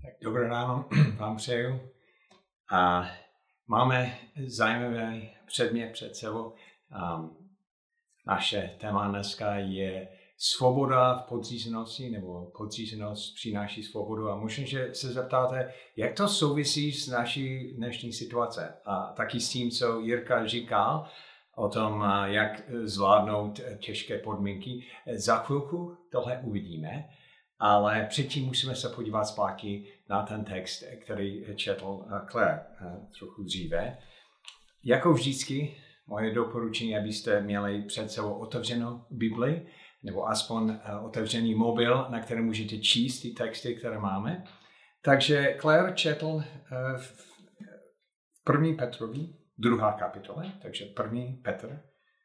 Tak dobré ráno vám přeju. A máme zajímavý předmět před sebou. Naše téma dneska je svoboda v podřízenosti, nebo podřízenost přináší svobodu. A možná, že se zeptáte, jak to souvisí s naší dnešní situace. A taky s tím, co Jirka říkal o tom, jak zvládnout těžké podmínky. Za chvilku tohle uvidíme. Ale předtím musíme se podívat zpátky na ten text, který četl Claire trochu dříve. Jako vždycky, moje doporučení, abyste měli před sebou otevřenou Bibli, nebo aspoň otevřený mobil, na kterém můžete číst ty texty, které máme. Takže Claire četl v 1. Petrovi, 2. kapitole, takže 1. Petr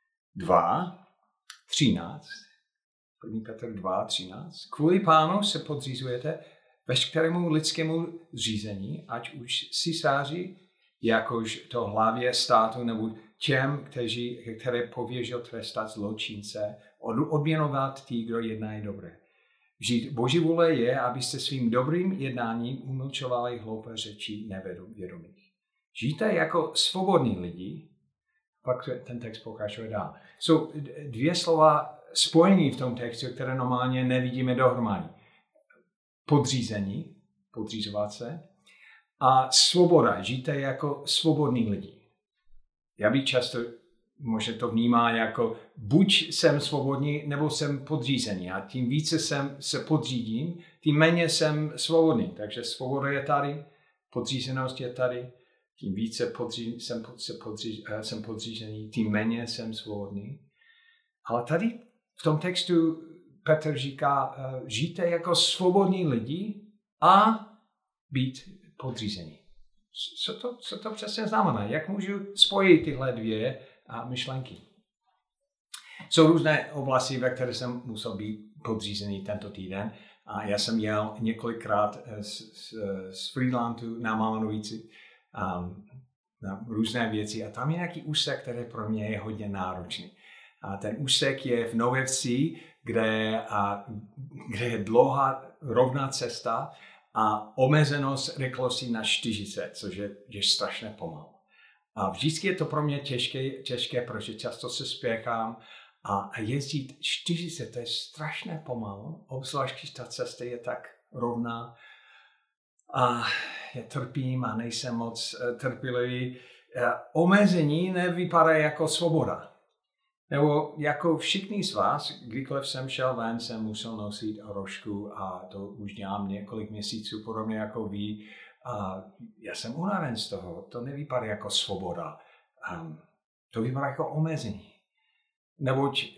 2, 13. 1. Petr 2.13. Kvůli Pánu se podřízujete veškerému lidskému zřízení, ať už císaři, jakož to hlavě státu, nebo těm, které pověřil trestat zločince, odměnovat ty, kdo jednají dobré. Vždyť Boží vůle je, abyste svým dobrým jednáním umlčovali hloupé řeči nevědomých. Žijte jako svobodní lidi, pak ten text pokračuje dál. Jsou dvě slova spojení v tom textu, které normálně nevidíme dohromady. Podřízení, podřízovat se, a svoboda, žijte jako svobodní lidi. Já bych často možná to vnímá jako buď jsem svobodný, nebo jsem podřízený. A tím více se podřídím, tím méně jsem svobodný. Takže svoboda je tady, podřízenost je tady, tím více jsem podřízený, tím méně jsem svobodný. Ale tady v tom textu Petr říká, žijte jako svobodní lidi a být podřízení. Co to přesně znamená? Jak můžu spojit tyhle dvě myšlenky? Jsou různé oblasti, ve které jsem musel být podřízený tento týden. A já jsem jel několikrát z Friedlandu na Malanovici na různé věci. A tam je nějaký úsek, který pro mě je hodně náročný. A ten úsek je v Nové Vsi, kde je dlouhá rovná cesta a omezenost rychlosti na 40, což je strašně pomalu. A vždycky je to pro mě těžké, protože často se spěchám a jezdit 40, to je strašně pomalu, obzvlášť když ta cesta je tak rovná a já trpím a nejsem moc trpělivý. Omezení nevypadá jako svoboda. Nebo jako všichni z vás, kdykoliv jsem šel ven, jsem musel nosit rožku a to už dělám několik měsíců, podobně jako vy. A já jsem unaven z toho, to nevypadá jako svoboda, to vypadá jako omezení. Neboť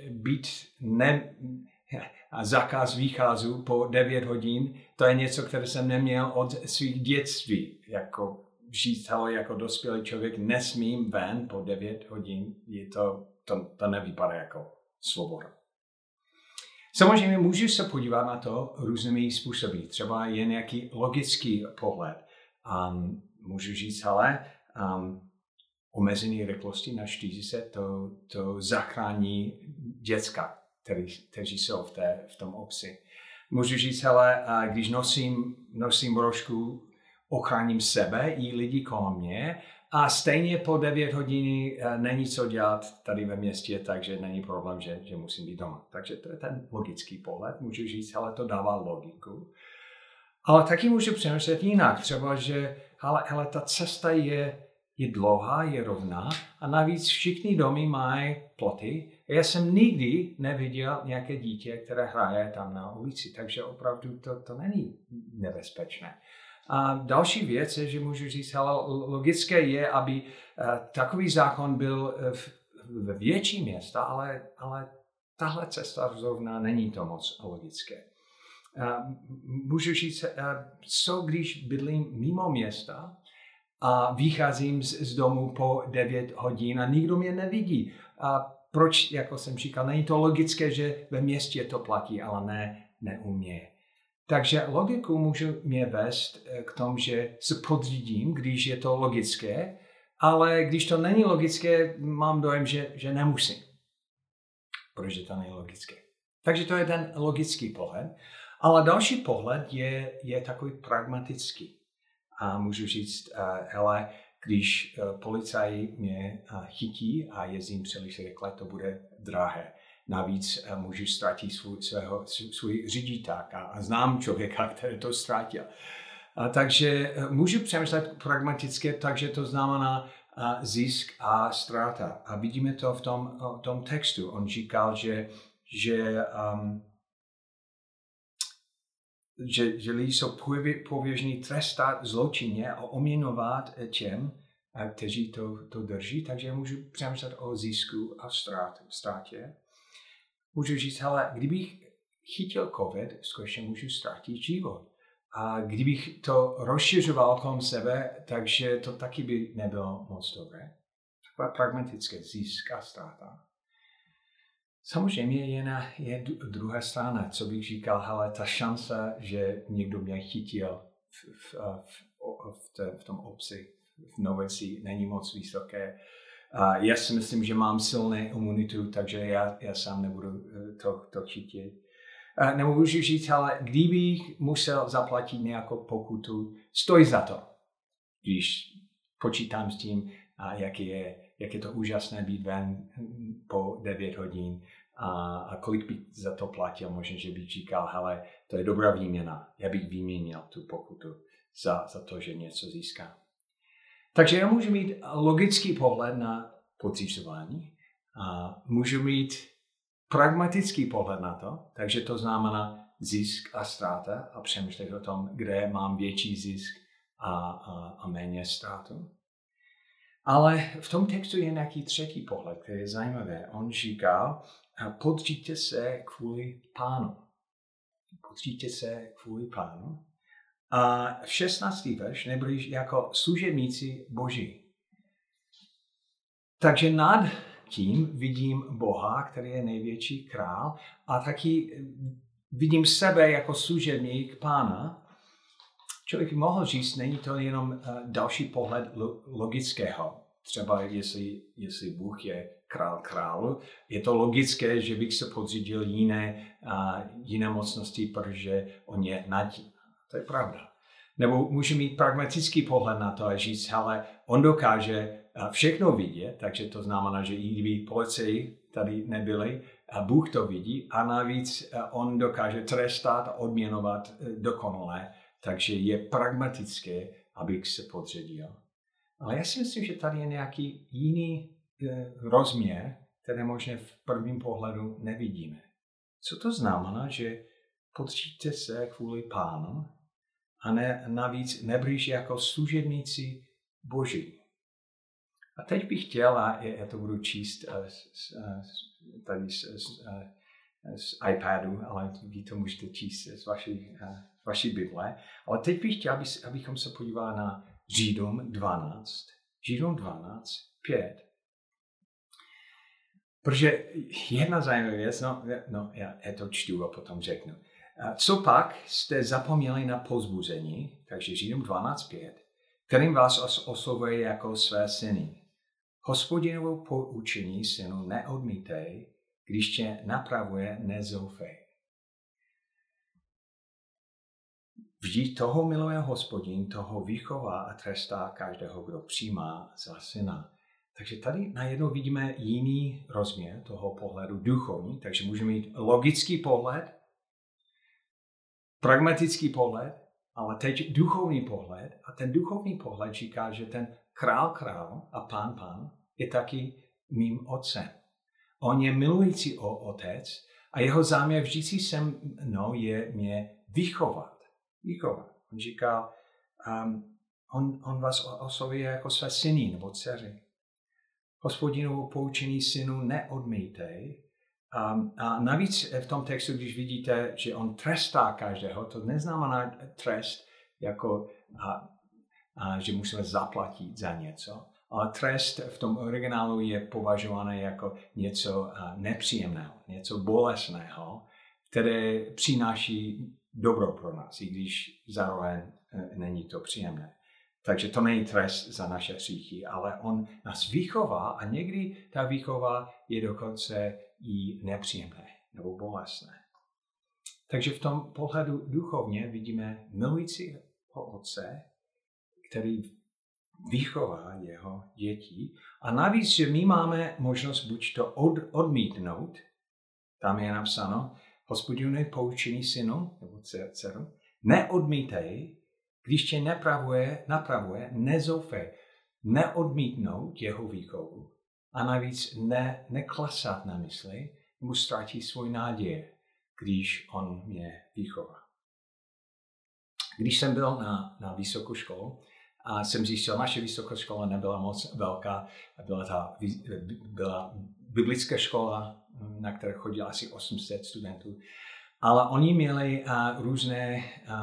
a zákaz výchazu po 9 hodin, to je něco, které jsem neměl od svých dětství. Jako žít jako dospělý člověk nesmím ven po 9 hodin, to nevypadá jako svoboda. Samozřejmě můžu se podívat na to různými způsoby. Třeba je nějaký logický pohled. Můžu říct, ale omezení rychlosti na 40 to zachrání děcka, kteří jsou v tom obci. Můžu říct, ale když nosím rožku, ochráním sebe i lidi kolem mě, a stejně po 9 hodin není co dělat tady ve městě, takže není problém, že musím být doma. Takže to je ten logický pohled. Můžu říct, ale to dává logiku. Ale taky můžu přemýšlet jinak. Třeba, že hele, ta cesta je dlouhá, je rovná a navíc všichni domy mají ploty. Já jsem nikdy neviděl nějaké dítě, které hraje tam na ulici, takže opravdu to není nebezpečné. A další věc je, že můžu říct, ale logické je, aby takový zákon byl ve větší města, ale tahle cesta zrovna není to moc logické. Můžu říct, co když bydlím mimo města a vycházím z domu po 9 hodin a nikdo mě nevidí. A proč, jako jsem říkal, není to logické, že ve městě to platí, ale ne u mě. Takže logiku může mě vést k tomu, že se podřídím, když je to logické, ale když to není logické, mám dojem, že nemusím, protože to není logické. Takže to je ten logický pohled. Ale další pohled je takový pragmatický. A můžu říct, hele, když policaj mě chytí a jezdím příliš rychle, to bude drahé. Navíc můžu ztratit svůj řidičák a znám člověka, který to ztratil. Takže můžu přemýšlet pragmaticky, takže to znamená zisk a ztráta. A vidíme to v tom textu. On říkal, že lidi jsou pověření trestat zločině a oměnovat těm, kteří to drží. Takže můžu přemýšlet o zisku a ztrátě. Můžu říct, hele, kdybych chytil COVID, skutečně můžu ztratit život. A kdybych to rozšiřoval kolem sebe, takže to taky by nebylo moc dobré. Takové pragmatické zisk a ztráta. Samozřejmě je druhá strana, co bych říkal, hele, ta šance, že někdo mě chytil v tom obci, v Novici, není moc vysoké. Já si myslím, že mám silnou imunitu, takže já sám nebudu to chytit. Nebo můžu říct, ale kdybych musel zaplatit nějakou pokutu, stojí za to. Když počítám s tím, jak je to úžasné být ven po 9 hodin a kolik bych za to platil, možná, že bych říkal, hele, to je dobrá výměna. Já bych vyměnil tu pokutu za to, že něco získám. Takže já můžu mít logický pohled na podřizování a můžu mít pragmatický pohled na to, takže to znamená zisk a ztráta a přemýšlet o tom, kde mám větší zisk a méně ztrátu. Ale v tom textu je nějaký třetí pohled, který je zajímavý. On říká, podříďte se kvůli Pánu. Podříďte se kvůli Pánu. A v 16. verš nebyli jako služebníci Boží. Takže nad tím vidím Boha, který je největší král, a taky vidím sebe jako služebník Pána. Člověk mohl říct, není to jenom další pohled logického. Třeba jestli Bůh je král králu, je to logické, že bych se podřídil jiné mocnosti, protože on je nad tím. To je pravda. Nebo může mít pragmatický pohled na to a říct, hele, on dokáže všechno vidět, takže to znamená, že i kdyby policii tady nebyli, a Bůh to vidí a navíc on dokáže trestat a odměnovat dokonale, takže je pragmatické, abych se podřídil. Ale já si myslím, že tady je nějaký jiný rozměr, který možná v prvním pohledu nevidíme. Co to znamená, že podříďte se kvůli Pánu a navíc neblíž jako služebníci Boží. A teď bych chtěl, a já to budu číst tady z iPadu, ale vy to můžete číst z vaší Bible. Ale teď bych chtěl, abychom se podívali na Židům 12. Židům 12, 5. Protože jedna zajímavá věc, já to čtu a potom řeknu. Co pak jste zapomněli na povzbuzení, takže Židům 12.5, kterým vás oslovuje jako své syny. Hospodinovo poučení synu neodmítej, když tě napravuje, nezoufej. Vždyť toho miluje Hospodin, toho vychová a trestá každého, kdo přijímá za syna. Takže tady najednou vidíme jiný rozměr toho pohledu duchovní, takže můžeme mít logický pohled, pragmatický pohled, ale teď duchovní pohled. A ten duchovní pohled říká, že ten král a pán je taky mým otcem. On je milující otec a jeho záměr vždycky se mnou je mě vychovat. On říká, on vás oslovuje jako své syny nebo dcery. Hospodinovo poučení synu neodmítej. A navíc v tom textu, když vidíte, že on trestá každého, to neznamená trest, jako že musíme zaplatit za něco, ale trest v tom originálu je považované jako něco nepříjemného, něco bolestného, které přináší dobro pro nás, i když zároveň není to příjemné. Takže to není trest za naše hříchy, ale on nás vychová a někdy ta výchova je dokonce i nepříjemné nebo bolestné. Takže v tom pohledu duchovně vidíme milujícího otce, který vychová jeho děti. A navíc, že my máme možnost buď to odmítnout, tam je napsáno, Hospodine poučený synu, nebo dceru, neodmítej, když tě napravuje, nezoufej, neodmítnout jeho výchovu a navíc neklasat na mysli, mu ztratí svůj naděje, když on mě vychová. Když jsem byl na vysokou školu, a jsem zjistil, naše vysoká škola nebyla moc velká, byla biblická škola, na které chodilo asi 800 studentů, ale oni měli různé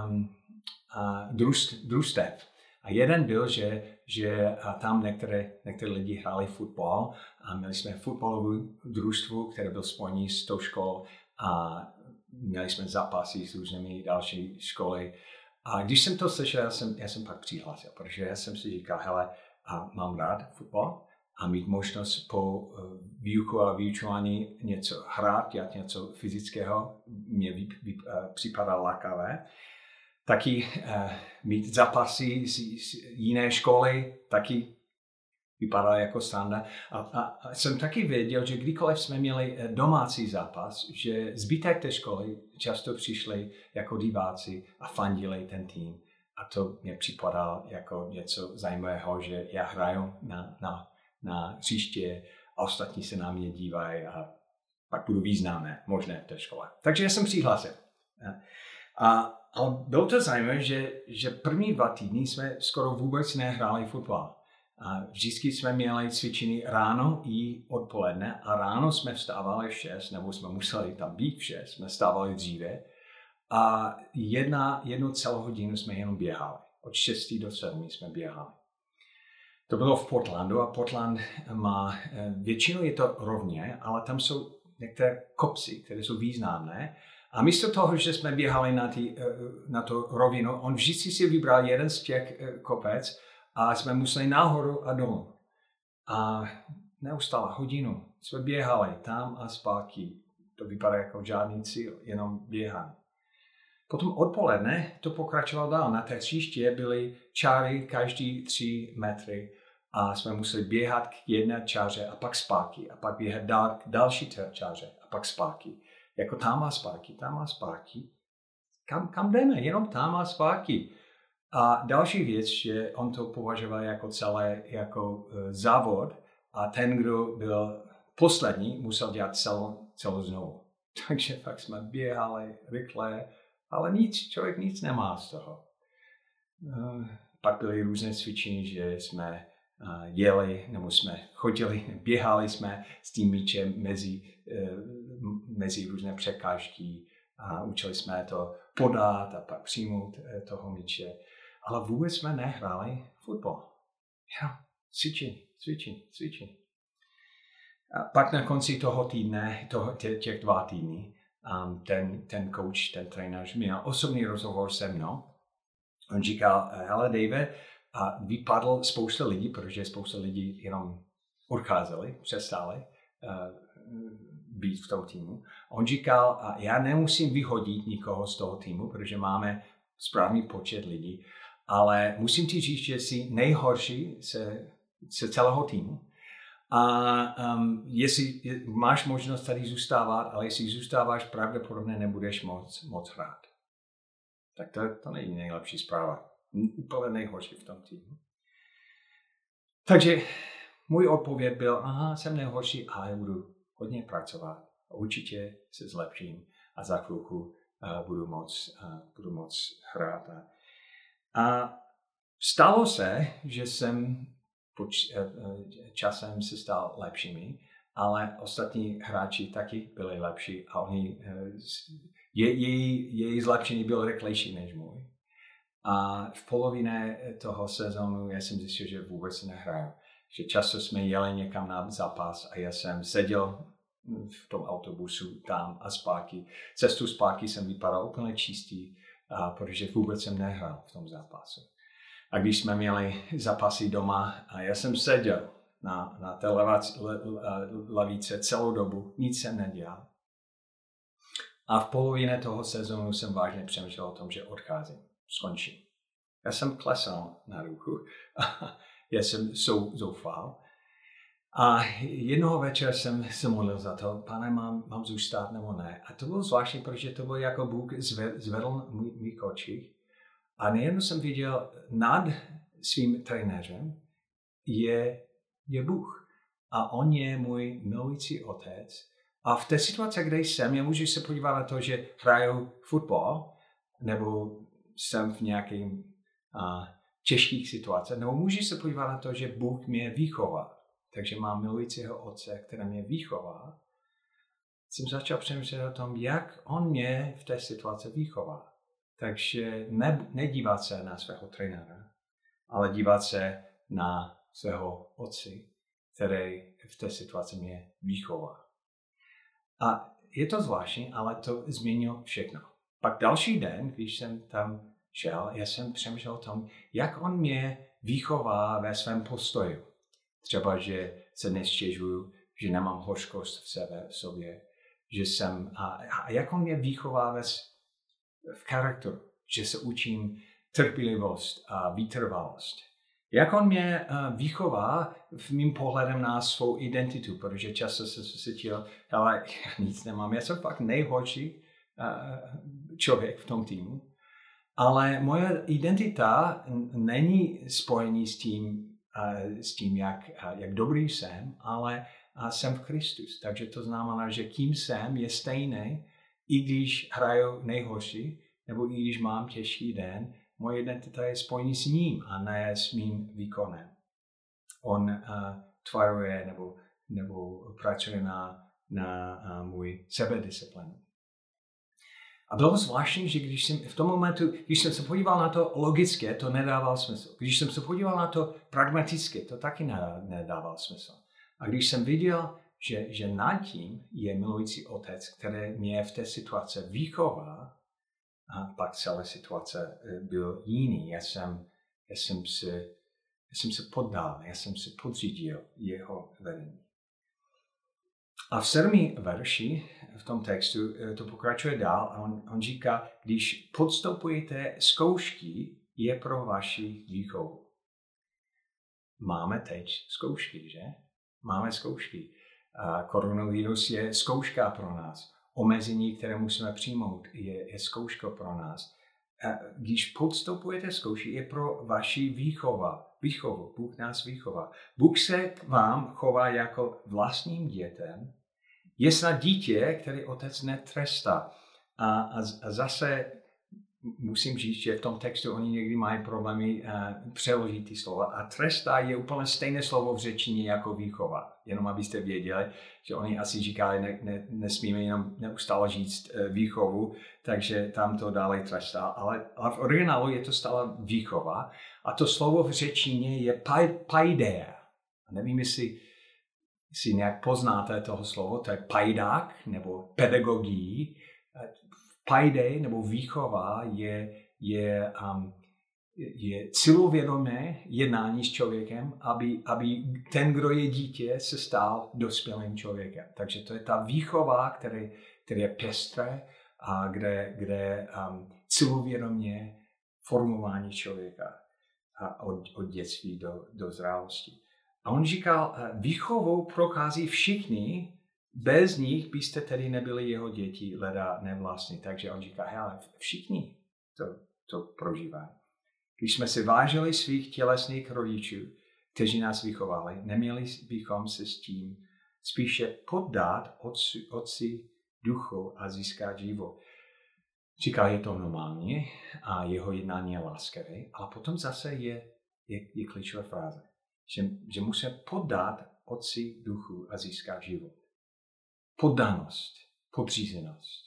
družstev. A jeden byl, že tam některé lidi hráli fotbal a měli jsme fotbalovou družstvu, které byl spojený s tou školou a měli jsme zápasy s různými další školy. A když jsem to slyšel, já jsem pak přihlásil, protože já jsem si říkal, hele, mám rád fotbal a mít možnost po výuku a vyučování něco hrát, dělat něco fyzického, mě připadá lákavé. Taky mít zápasy z jiné školy, taky vypadá jako sranda. A jsem taky věděl, že kdykoliv jsme měli domácí zápas, že zbytek té školy často přišli jako diváci a fandili ten tým. A to mě připadalo jako něco zajímavého, že já hraju na hřiště a ostatní se na mě dívají a pak budu významné, možné v té škole. Takže já jsem přihlásil. Ale bylo to zajímavé, že první 2 týdny jsme skoro vůbec nehráli fotbal. A vždycky jsme měli cvičení ráno i odpoledne a ráno jsme vstávali v 6, nebo jsme museli tam být v 6, jsme vstávali dříve a jednu celou hodinu jsme jenom běhali. Od 6 do 7 jsme běhali. To bylo v Portlandu a Portland má, většinou je to rovně, ale tam jsou některé kopci, které jsou významné. A místo toho, že jsme běhali na tu rovinu, on vždycky si vybral jeden z těch kopec a jsme museli nahoru a dolů. A neustále hodinu jsme běhali tam a zpátky. To vypadá jako žádný cíl, jenom běhání. Potom odpoledne to pokračovalo dál. Na té hřiště byly čáry každý 3 metry a jsme museli běhat k jedné čáře a pak zpátky. A pak běhat dál k další čáře a pak zpátky. Jako tam a zpátky. Kam jdeme? Jenom tam a zpátky. A další věc, že on to považoval jako celé jako závod a ten, kdo byl poslední, musel dělat celou znovu. Takže fakt jsme běhali rychle, ale člověk nic nemá z toho. Pak byly různé cvičení, že jsme jeli, nebo jsme chodili, běhali jsme s tím míčem mezi různé překážky a učili jsme to podat a pak přijmout toho míče. Ale vůbec jsme nehráli fotbal. Cvičení. A pak na konci toho týdne, těch 2 týdny, ten coach, ten trenér měl osobní rozhovor se mnou. On říkal, hele David, a vypadl spousta lidí, protože spousta lidí jenom odcházeli, přestali být v tom týmu. On říkal, já nemusím vyhodit nikoho z toho týmu, protože máme správný počet lidí, ale musím ti říct, že jsi nejhorší se celého týmu. A jestli máš možnost tady zůstávat, ale jestli zůstáváš, pravděpodobně nebudeš moc hrát. Tak to není nejlepší zpráva. Úplně nejhorší v tom týmu. Takže můj odpověď byl, jsem nejhorší, ale budu hodně pracovat. Určitě se zlepším a za chvilku budu moc hrát. A stalo se, že jsem časem se stal lepšími, ale ostatní hráči taky byli lepší a její zlepšení bylo rychlejší než můj. A v polovině toho sezónu já jsem zjistil, že vůbec nehraju. Že často jsme jeli někam na zápas a já jsem seděl v tom autobusu tam a zpátky. Cestu zpátky jsem vypadal úplně čistý, protože vůbec jsem nehrál v tom zápasu. A když jsme měli zápasy doma a já jsem seděl na té lavice celou dobu, nic jsem nedělal. A v polovině toho sezónu jsem vážně přemýšlel o tom, že odcházím, skončím. Já jsem klesal na ruku, já jsem zoufal. A jednoho večera jsem se modlil za to, Pane, mám zůstat nebo ne. A to bylo zvláštní, protože to bylo jako Bůh zvedl mých očích. A nejen jsem viděl nad svým trenérem je Bůh. A on je můj milující otec. A v té situaci, kde jsem, já můžu se podívat na to, že hraju fotbal, nebo jsem v nějakých těžkých situacích, nebo můžu se podívat na to, že Bůh mě vychová. Takže mám milujícího otce, který mě vychová. Jsem začal přemýšlet o tom, jak on mě v té situaci vychová. Takže nedívat se na svého trenéra, ale dívat se na svého otce, který v té situaci mě vychová. A je to zvláštní, ale to změnilo všechno. Pak další den, když jsem tam šel, já jsem přemýšlel o tom, jak on mě vychová ve svém postoji. Třeba, že se nestěžuju, že nemám hořkost v sobě, že jsem, a jak on mě vychová v charakteru, že se učím trpělivost a vytrvalost. Jak on mě vychová v mým pohledem na svou identitu, protože často se cítil, ale já nic nemám, já jsem fakt nejhorší člověk v tom týmu, ale moje identita není spojení s tím, jak dobrý jsem, ale jsem v Kristus. Takže to znamená, že kým jsem je stejný, i když hraju nejhorší, nebo i když mám těžký den, moje identita je spojený s ním a ne s mým výkonem. On tvaruje nebo pracuje na můj sebedisciplinu. A bylo zvláštní, že když jsem v tom momentu, když jsem se podíval na to logické, to nedával smysl. Když jsem se podíval na to pragmatické, to taky nedával smysl. A když jsem viděl, že nad tím je milující otec, který mě v té situaci vychová, a pak celá situace byl jiný. Já jsem se poddal, já jsem se podřídil jeho vedení. A v 7. verši v tom textu to pokračuje dál a on říká, když podstupujete zkoušky, je pro vaši výchovu. Máme teď zkoušky, že? Máme zkoušky. Koronavirus je zkouška pro nás. Omezení, které musíme přijmout, je zkouška pro nás. Když podstupujete zkoušky, je pro vaši výchovu. Bůh nás vychová. Bůh se k vám chová jako vlastním dětem. Je snad dítě, který otec netrestá. A zase musím říct, že v tom textu oni někdy mají problémy přeložit ty slova. A trestá je úplně stejné slovo v řečtině jako výchova. Jenom abyste věděli, že oni asi říkali, nesmíme jenom neustále říct výchovu, takže tam to dále trestá. Ale v originálu je to stále výchova. A to slovo v řečtině je paideia. A nevím, jestli nějak poznáte toho slovo, to je pajdák nebo pedagogii. Paidej nebo výchova je celovědomé jednání s člověkem, aby ten, kdo je dítě, se stal dospělým člověkem. Takže to je ta výchova, která je pestré a kde celovědomě formování člověka od dětství do zralosti. A on říkal, výchovou prochází všichni, bez nich byste tedy nebyli jeho děti, leda nevlastní. Takže on říká, hele, všichni to prožívají. Když jsme si vážili svých tělesných rodičů, kteří nás vychovali, neměli bychom se s tím spíše poddat otci duchu a získat život. Říká, je to normální a jeho jednání je laskavé, ale potom zase je klíčová fráze, že musíme poddat otci duchu a získat život. Poddanost, podřízenost,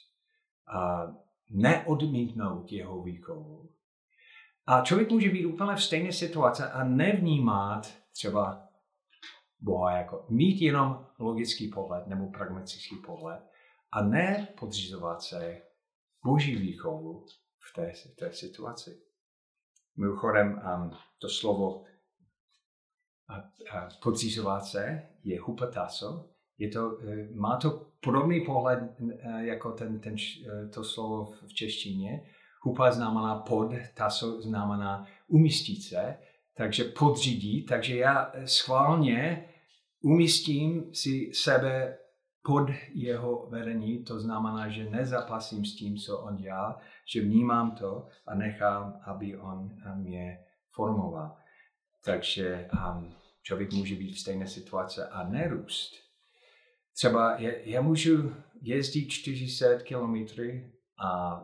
neodmítnout jeho výchovu. A člověk může být úplně v stejné situaci a nevnímat třeba Boha jako mít jenom logický pohled nebo pragmatický pohled a ne podřizovat se Boží výchovu v té situaci. Mimochodem, to slovo podřizovat se je hupataso, Má to podobný pohled jako to slovo v češtině. Hupa znamená pod, taso znamená umístit se, takže podřídí. Takže já schválně umístím si sebe pod jeho vedení, to znamená, že nezapasím s tím, co on dělá, že vnímám to a nechám, aby on mě formoval. Takže člověk může být v stejné situaci a nerůst. Třeba já můžu jezdit 400 kilometrů a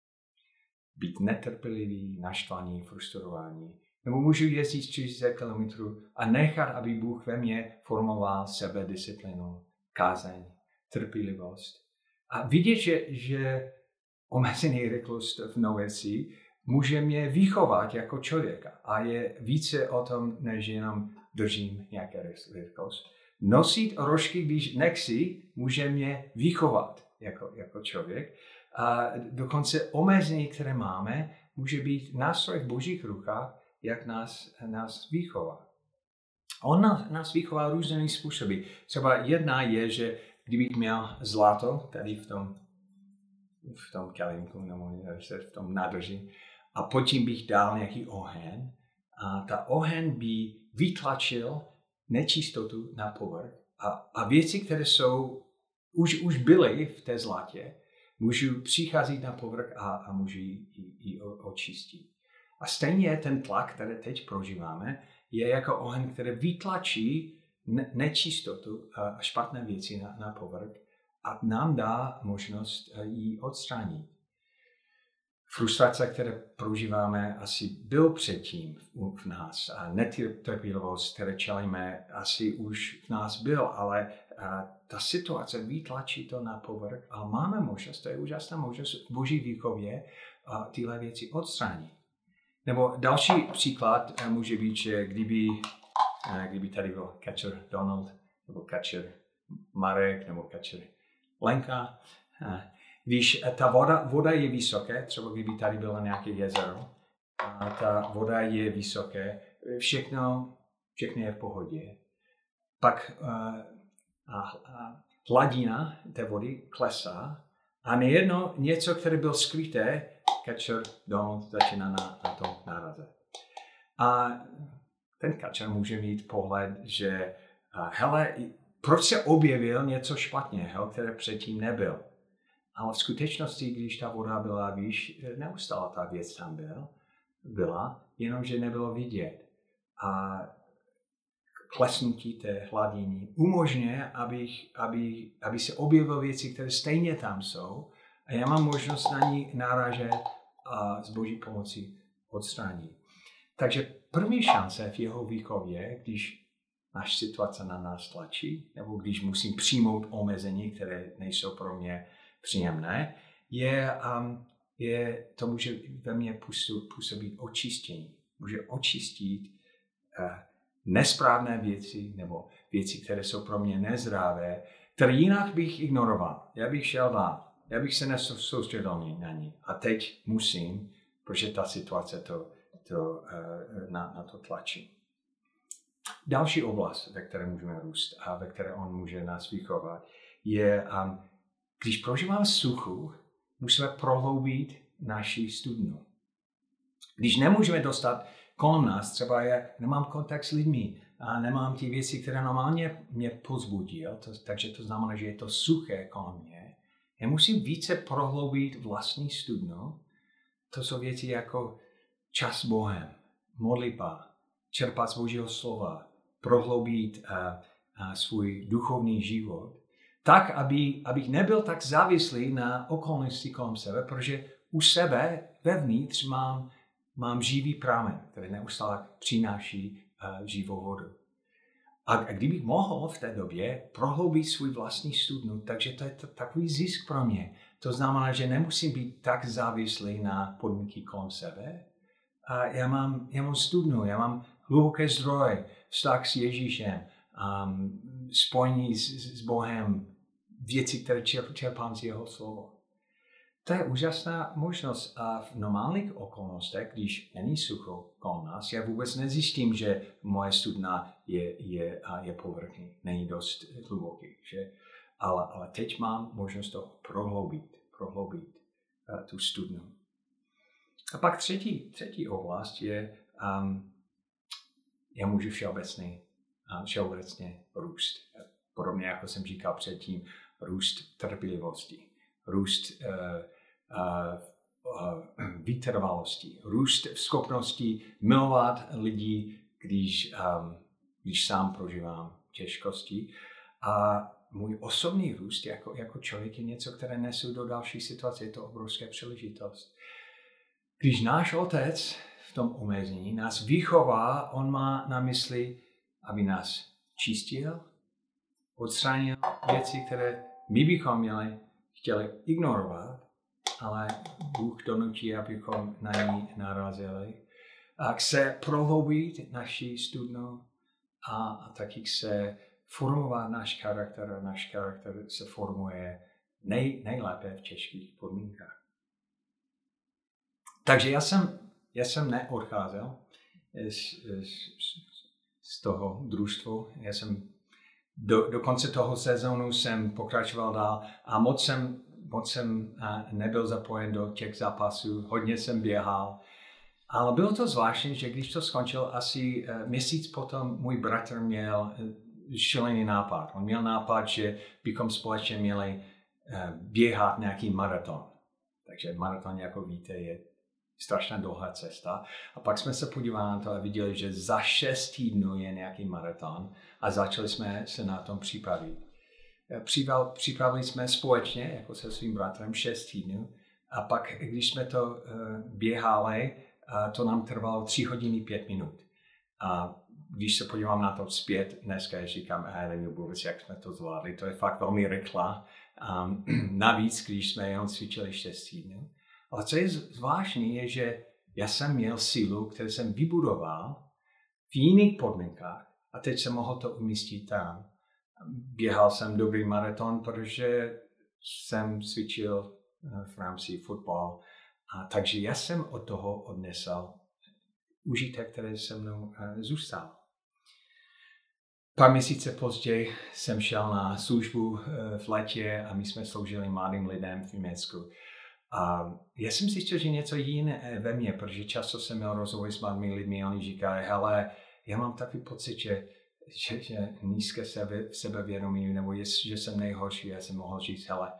být netrpělivý, naštvaný, frustrovaný. Nebo můžu jezdit 400 kilometrů a nechat, aby Bůh ve mně formoval sebedisciplinu, kázeň, trpělivost. A vidět, že omezený rychlost v novici může mě vychovat jako člověka. A je více o tom, než jenom držím nějaké rychlost. Nosit rožky, když nechci, může mě vychovat jako člověk. A dokonce omezení, které máme, může být nástroj v Božích rukách, jak nás vychová. On nás vychová různými způsoby. Třeba jedna je, že kdybych měl zlato tady v tom kelímku, nebo v tom nádrži, a pod tím bych dal nějaký oheň, a ta oheň by vytlačil nečistotu na povrch a věci, které jsou, už byly v té zlatě, můžu přicházet na povrch a můžu ji očistit. A stejně ten tlak, který teď prožíváme, je jako oheň, který vytlačí nečistotu a špatné věci na povrch a nám dá možnost ji odstranit. Frustrace, které prožíváme, asi byl předtím v nás a netrpělivost, které čelíme, asi už v nás byl, ale ta situace vytlačí to na povrch a máme možnost, to je úžasná možnost v Boží výchově tyhle věci odstranit. Nebo další příklad může být, že kdyby tady byl catcher Donald, nebo catcher Marek, nebo catcher Lenka, když ta voda je vysoké, třeba kdyby tady bylo nějaké jezero, a ta voda je vysoké, všechno je v pohodě. Pak hladina té vody klesá a nejedno něco, které bylo skryté, catcher Donald začíná na to narazit. A ten catcher může mít pohled, že hele, proč se objevil něco špatného, které předtím nebyl. Ale v skutečnosti, když ta voda byla výš, neustále ta věc tam byla, jenomže nebylo vidět. A klesnutí té hladiny umožňuje, aby se objevily věci, které stejně tam jsou, a já mám možnost na ní narážet a s Boží pomocí odstranit. Takže první šance v jeho výchově, když naše situace na nás tlačí, nebo když musím přijmout omezení, které nejsou pro mě příjemné, to může ve mně působit očištění. Může očistit nesprávné věci nebo věci, které jsou pro mě nezdravé, které jinak bych ignoroval. Já bych šel dál. Já bych se nesoustředil na ní. A teď musím, protože ta situace na to tlačí. Další oblast, ve které můžeme růst a ve které on může nás vychovat, je, když prožíváme suchu, musíme prohloubit naši studnu. Když nemůžeme dostat kolem nás, třeba já nemám kontakt s lidmi a nemám ty věci, které normálně mě povzbudí, takže to znamená, že je to suché kolem mě, já musím více prohloubit vlastní studnu. To jsou věci jako čas s Bohem, modlitba, čerpat z Božího slova, prohloubit svůj duchovní život, tak, abych nebyl tak závislý na okolnosti kolem sebe, protože u sebe vevnitř mám živý pramen, který neustále přináší živou vodu. A kdybych mohl v té době prohloubit svůj vlastní studnu, takže to je takový zisk pro mě. To znamená, že nemusím být tak závislý na podmínky kolem sebe. A já mám studnu, já mám hluboké zdroje, vztah s Ježíšem, spojení s Bohem, věci, které čerpám z jeho slovo. To je úžasná možnost a v normálních okolnostech, když není sucho kolem nás, já vůbec nezjistím, že moje studna je povrchní, není dost hluboký. Že? Ale teď mám možnost to prohloubit tu studnu. A pak třetí oblast je, já můžu všeobecně růst. Podobně jako jsem říkal předtím, růst trpělivosti, růst vytrvalosti, růst v schopnosti milovat lidi, když sám prožívám těžkosti. A můj osobní růst jako člověk je něco, které nesu do další situace. Je to obrovská příležitost. Když náš otec v tom omezení nás vychová, on má na mysli, aby nás čistil, odstranil věci, které my bychom chtěli ignorovat, ale Bůh donutí, abychom na ní narazili. A chce prohloubit naši studnu a taky chce formovat náš charakter a náš charakter se formuje nejlépe v těžkých podmínkách. Takže já jsem neodcházel z toho družstva. Já jsem do konce toho sezónu jsem pokračoval dál a moc jsem nebyl zapojen do těch zápasů, hodně jsem běhal. Ale bylo to zvláštní, že když to skončil, asi měsíc potom můj bratr měl šílený nápad. On měl nápad, že bychom společně měli běhat nějaký maraton. Takže maraton, jako víte, je strašná dlouhá cesta. A pak jsme se podívali na to a viděli, že za 6 týdnů je nějaký maraton a začali jsme se na tom připravit. Připravili jsme společně, jako se svým bratrem, 6 týdnů. A pak, když jsme to běhali, to nám trvalo 3 hodiny 5 minut. A když se podívám na to zpět, dneska říkám, nevím vůbec, jak jsme to zvládli. To je fakt velmi rychle. Navíc, když jsme jenom cvičili 6 týdnů. Ale co je zvláštní, je, že já jsem měl sílu, kterou jsem vybudoval v jiných podmínkách a teď jsem mohl to umístit tam. Běhal jsem dobrý maraton, protože jsem cvičil v rámci fotbal. Takže já jsem od toho odnesl užitek, který se mnou zůstal. Pár měsíce později jsem šel na službu v létě a my jsme sloužili mladým lidem v Německu. A já jsem zjistil, že něco jiné ve mně, protože často jsem měl rozhovor s mladými lidmi a oni říkají, hele, já mám takový pocit, že nízké sebevědomí, nebo že jsem nejhorší, já jsem mohl říct, hele,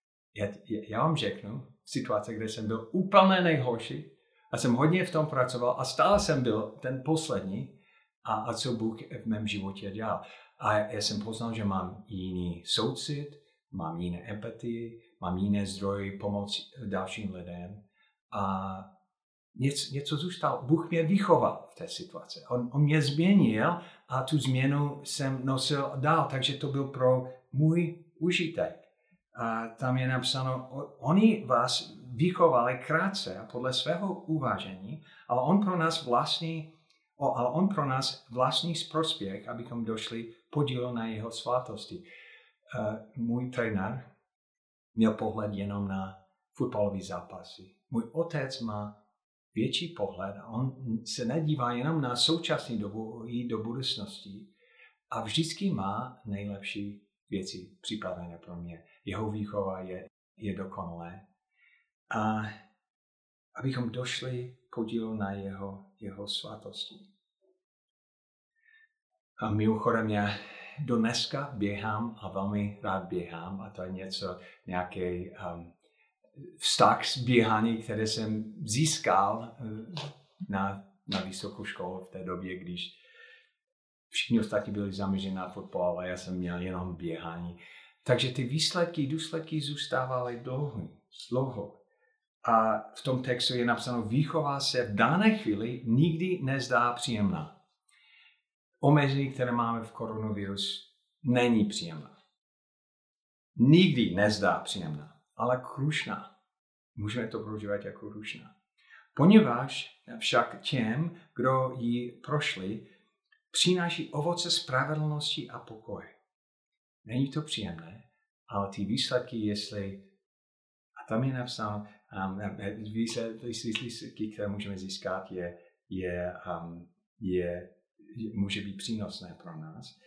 já vám řeknu, situace, kde jsem byl úplně nejhorší a jsem hodně v tom pracoval a stále jsem byl ten poslední a co Bůh v mém životě dělal. A já jsem poznal, že mám jiný soucit, mám jiné empatii, mám jiné zdroje pomoci dalším lidem a něco zůstalo. Bůh mě vychoval v té situaci. On mě změnil a tu změnu jsem nosil dál, takže to byl pro můj užitek. A tam je napsáno, oni vás vychovali krátce a podle svého uvážení, ale on pro nás vlastní prospěch, abychom došli podílu na jeho svátosti. Můj trenér měl pohled jenom na fotbalové zápasy. Můj otec má větší pohled a on se nedívá jenom na současný dobu i do budoucnosti a vždycky má nejlepší věci připravené pro mě. Jeho výchova je dokonalé. A abychom došli podílu na jeho svátosti. A mimochodem já do dneska běhám a velmi rád běhám a to je nějaký vztah s běhání, které jsem získal na vysokou školu v té době, když všichni ostatní byli zaměřeni na fotbal a já jsem měl jenom běhání. Takže ty důsledky zůstávaly dlouho. A v tom textu je napsáno, výchova se v dané chvíli nikdy nezdá příjemná. Omezení, které máme v koronavirus, není příjemná. Nikdy nezdá příjemná, ale krušná. Můžeme to prožívat jako krušná. Poněvadž však těm, kdo ji prošli, přináší ovoce spravedlnosti a pokoje. Není to příjemné, ale ty výsledky, jestli Tam je napsáno, výsledky, které můžeme získat, může být přínosné pro nás.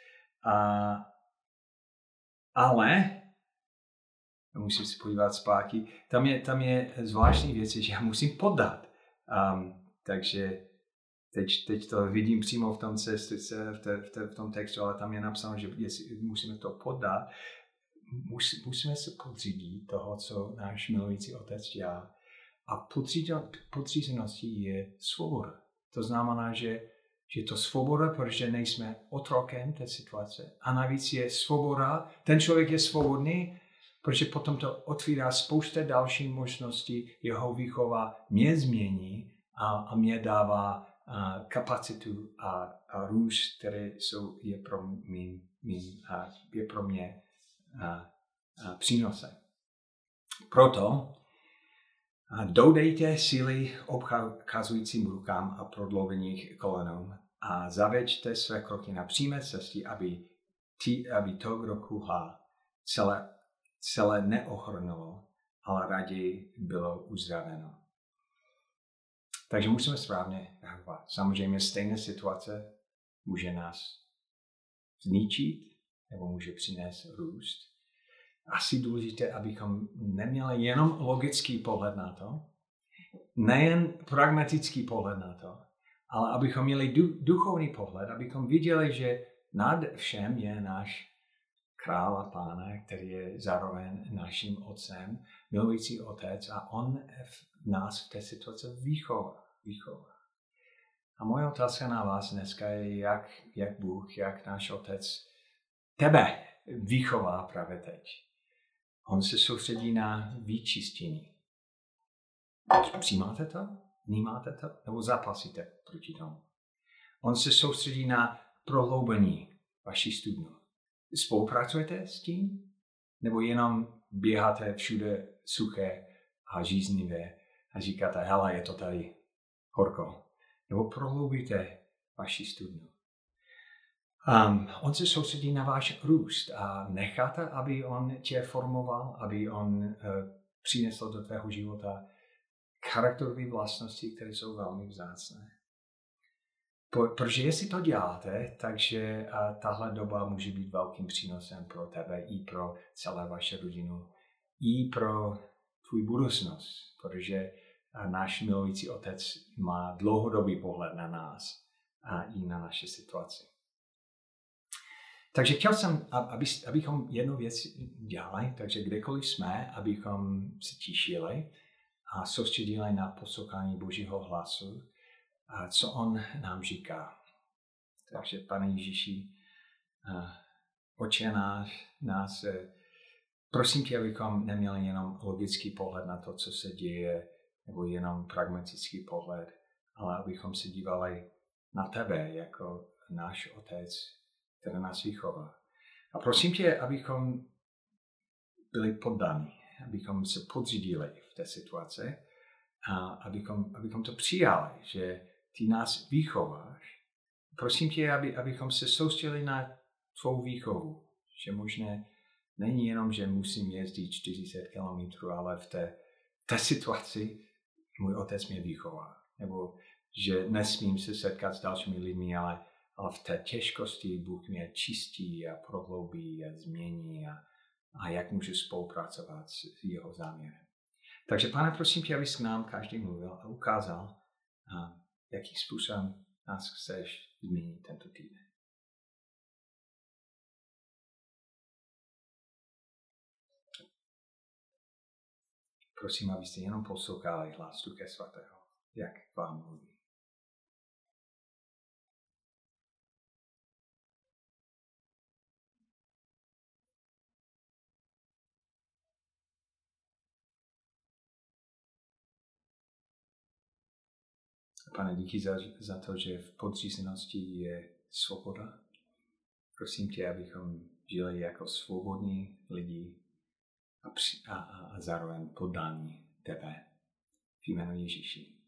Ale musím se podívat zpátky. Tam je zvláštní věci, že já musím podat. Takže teď to vidím přímo v tom v tom textu, ale tam je napsáno, že musíme to podat. Musíme se podřídit toho, co náš milující otec dělá. A podřízeností je svoboda. To znamená, že to svoboda, protože nejsme otrokem té situace. A navíc je svoboda, ten člověk je svobodný, protože potom to otvírá spousta dalších možností, jeho výchova mě změní a mě dává kapacitu a růst, který je pro mě přínosem. Proto dodejte síly obkazujícím rukám a prodloužených kolenům a zaveďte své kroky na přímé cestě, aby to, kdo kuhá, celé neochrnulo, ale raději bylo uzdraveno. Takže musíme správně reagovat. Samozřejmě stejná situace může nás zničit nebo může přinést růst. Asi důležité, abychom neměli jenom logický pohled na to, nejen pragmatický pohled na to, ale abychom měli duchovní pohled, abychom viděli, že nad všem je náš král a Pán, který je zároveň naším otcem, milující otec a on nás v té situaci vychová. A moje otázka na vás dneska je, jak Bůh, jak náš otec tebe vychová právě teď. On se soustředí na vyčištění. Přijímáte to? Vnímáte to? Nebo zápasíte proti tomu? On se soustředí na prohloubení vaší studnu. Spolupracujete s tím? Nebo jenom běháte všude suché a žíznivé a říkáte, hele, je to tady horko. Nebo prohloubíte vaši studnu. On se soustředí na váš růst a necháte, aby on tě formoval, aby on přinesl do tvého života charakterové vlastnosti, které jsou velmi vzácné. Protože jestli to děláte, takže tahle doba může být velkým přínosem pro tebe i pro celé vaše rodinu, i pro tvůj budoucnost, protože náš milující otec má dlouhodobý pohled na nás a i na naše situaci. Takže chtěl jsem, abychom jednu věc dělali, takže kdekoliv jsme, abychom se těšili a soustředili na poslouchání Božího hlasu, a co on nám říká. Takže, Pane Ježíši, Otče nás, prosím tě, abychom neměli jenom logický pohled na to, co se děje, nebo jenom pragmatický pohled, ale abychom se dívali na tebe jako náš otec, který nás vychová. A prosím tě, abychom byli poddaní, abychom se podřídili v té situaci a abychom to přijali, že ty nás vychováš. Prosím tě, abychom se soustředili na tvou výchovu, že možná není jenom, že musím jezdit 40 km, ale v té situaci můj otec mě vychová. Nebo že nesmím se setkat s dalšími lidmi, ale v té těžkosti Bůh mě čistí a prohloubí a změní a jak můžu spolupracovat s jeho záměrem. Takže, Pane, prosím tě, abys k nám každý mluvil a ukázal, jakým způsobem nás chceš změnit tento týden. Prosím, abyste jenom poslouchali hlas Ducha Svatého, jak vám mluví. Pane, díky za to, že v podřízenosti je svoboda. Prosím tě, abychom žili jako svobodní lidi a zároveň podání tebe v jménu Ježíši.